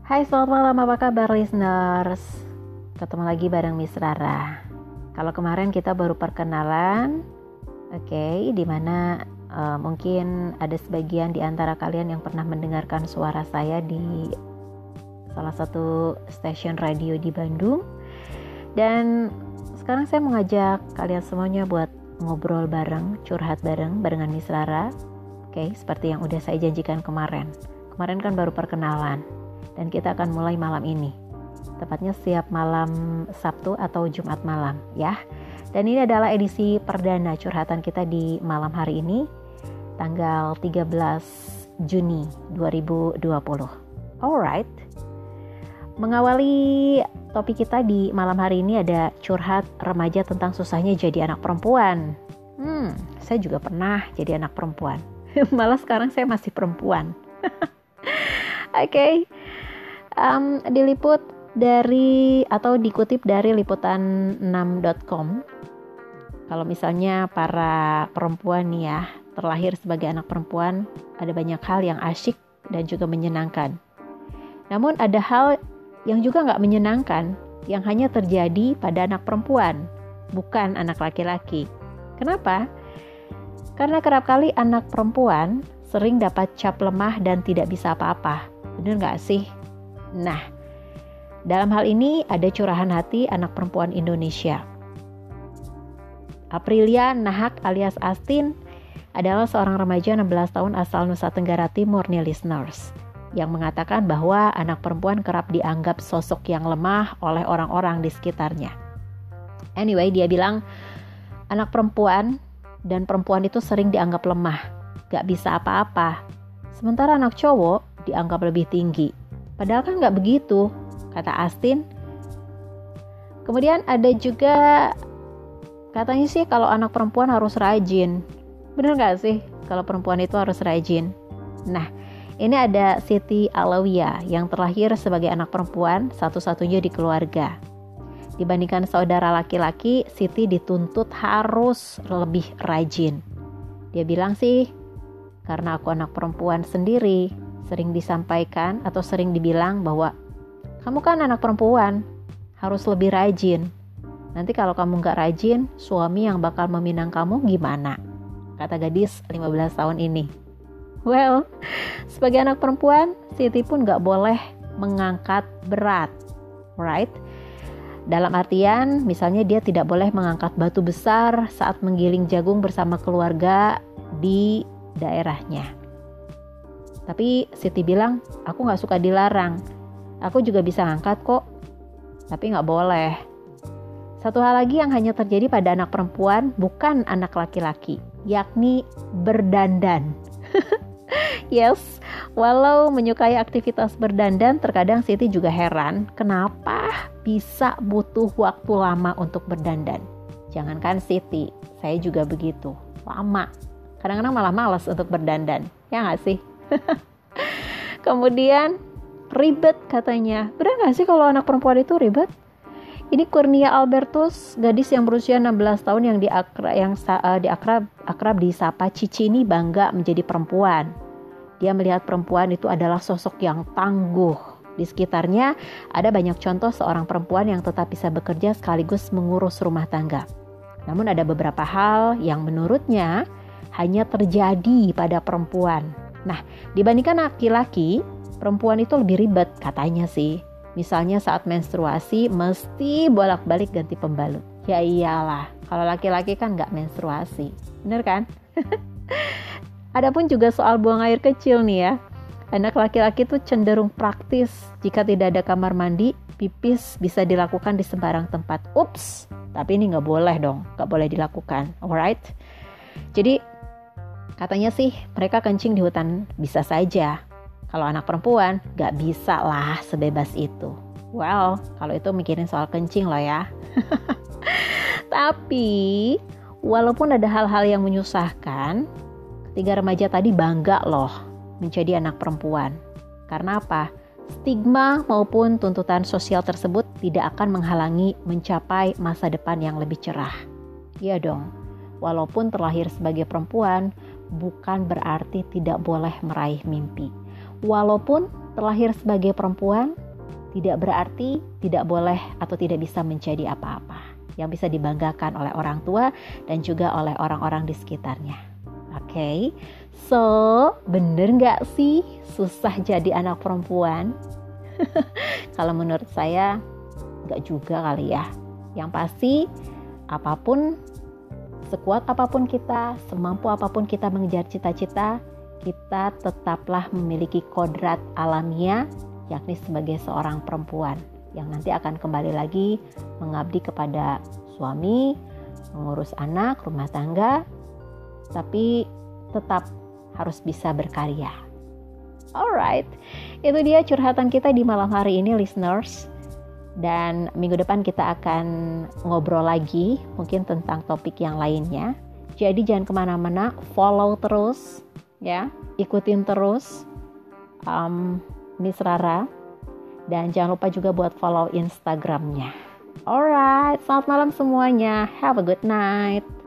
Hai, selamat malam, apa kabar listeners? Ketemu lagi bareng Miss Rara. Kalau kemarin kita baru perkenalan, dimana mungkin ada sebagian di antara kalian yang pernah mendengarkan suara saya di salah satu stasiun radio di Bandung. Dan sekarang saya mengajak kalian semuanya buat ngobrol bareng, curhat bareng barengan Miss Rara. Seperti yang udah saya janjikan kemarin. Kemarin kan baru perkenalan. Dan kita akan mulai malam ini, tepatnya setiap malam Sabtu atau Jumat malam ya. Dan ini adalah edisi perdana curhatan kita di malam hari ini, tanggal 13 Juni 2020. Alright, mengawali topik kita di malam hari ini ada curhat remaja tentang susahnya jadi anak perempuan. Saya juga pernah jadi anak perempuan. Malah sekarang saya masih perempuan. Diliput dari atau dikutip dari liputan6.com. Kalau misalnya para perempuan nih ya, terlahir sebagai anak perempuan, ada banyak hal yang asyik dan juga menyenangkan. Namun ada hal yang juga gak menyenangkan, yang hanya terjadi pada anak perempuan, bukan anak laki-laki. Kenapa? Karena kerap kali anak perempuan sering dapat cap lemah dan tidak bisa apa-apa. Bener gak sih? Nah, dalam hal ini ada curahan hati anak perempuan Indonesia. Aprilia Nahak alias Astin adalah seorang remaja 16 tahun asal Nusa Tenggara Timur nih listeners, yang mengatakan bahwa anak perempuan kerap dianggap sosok yang lemah oleh orang-orang di sekitarnya. Anyway, dia bilang anak perempuan dan perempuan itu sering dianggap lemah, gak bisa apa-apa. Sementara anak cowok dianggap lebih tinggi. Padahal kan gak begitu, kata Astin. Kemudian ada juga katanya sih kalau anak perempuan harus rajin. Bener gak sih kalau perempuan itu harus rajin? Nah, ini ada Siti Alawiyah yang terlahir sebagai anak perempuan satu-satunya di keluarga. Dibandingkan saudara laki-laki, Siti dituntut harus lebih rajin. Dia bilang sih, karena aku anak perempuan sendiri, sering disampaikan atau sering dibilang bahwa kamu kan anak perempuan, harus lebih rajin. Nanti kalau kamu gak rajin, suami yang bakal meminang kamu gimana? Kata gadis 15 tahun ini. Well, sebagai anak perempuan, Siti pun gak boleh mengangkat berat, right? Dalam artian, misalnya dia tidak boleh mengangkat batu besar saat menggiling jagung bersama keluarga di daerahnya. Tapi Siti bilang, aku gak suka dilarang. Aku juga bisa ngangkat kok. Tapi gak boleh. Satu hal lagi yang hanya terjadi pada anak perempuan, bukan anak laki-laki, yakni berdandan. Yes, walau menyukai aktivitas berdandan, terkadang Siti juga heran kenapa bisa butuh waktu lama untuk berdandan. Jangankan Siti, saya juga begitu, lama. Kadang-kadang malah malas untuk berdandan, ya gak sih? Kemudian ribet katanya. Benar gak sih kalau anak perempuan itu ribet? Ini Kurnia Albertus, gadis yang berusia 16 tahun yang akrab disapa Cici ini bangga menjadi perempuan. Dia melihat perempuan itu adalah sosok yang tangguh. Di sekitarnya ada banyak contoh seorang perempuan yang tetap bisa bekerja sekaligus mengurus rumah tangga. Namun ada beberapa hal yang menurutnya hanya terjadi pada perempuan. Nah, dibandingkan laki-laki, perempuan itu lebih ribet katanya sih. Misalnya saat menstruasi mesti bolak-balik ganti pembalut. Ya iyalah, kalau laki-laki kan gak menstruasi. Bener kan? Adapun juga soal buang air kecil nih ya. Anak laki-laki itu cenderung praktis. Jika tidak ada kamar mandi, pipis bisa dilakukan di sembarang tempat. Ups, tapi ini gak boleh dong. Gak boleh dilakukan, alright? Jadi katanya sih mereka kencing di hutan bisa saja. Kalau anak perempuan gak bisa lah sebebas itu. Well, kalau itu mikirin soal kencing loh ya. Tapi walaupun ada hal-hal yang menyusahkan, ketiga remaja tadi bangga loh menjadi anak perempuan. Karena apa? Stigma maupun tuntutan sosial tersebut tidak akan menghalangi mencapai masa depan yang lebih cerah. Iya dong, walaupun terlahir sebagai perempuan, bukan berarti tidak boleh meraih mimpi. Walaupun terlahir sebagai perempuan, tidak berarti tidak boleh atau tidak bisa menjadi apa-apa yang bisa dibanggakan oleh orang tua dan juga oleh orang-orang di sekitarnya. Oke, so bener gak sih susah jadi anak perempuan? Kalau menurut saya gak juga kali ya. Yang pasti apapun, sekuat apapun kita, semampu apapun kita mengejar cita-cita, kita tetaplah memiliki kodrat alamiah, yakni sebagai seorang perempuan yang nanti akan kembali lagi mengabdi kepada suami, mengurus anak, rumah tangga, tapi tetap harus bisa berkarya. Alright, itu dia curhatan kita di malam hari ini, listeners. Dan minggu depan kita akan ngobrol lagi mungkin tentang topik yang lainnya. Jadi jangan kemana-mana, follow terus ya, ikutin terus Miss Rara, dan jangan lupa juga buat follow Instagramnya. Alright, selamat malam semuanya, have a good night.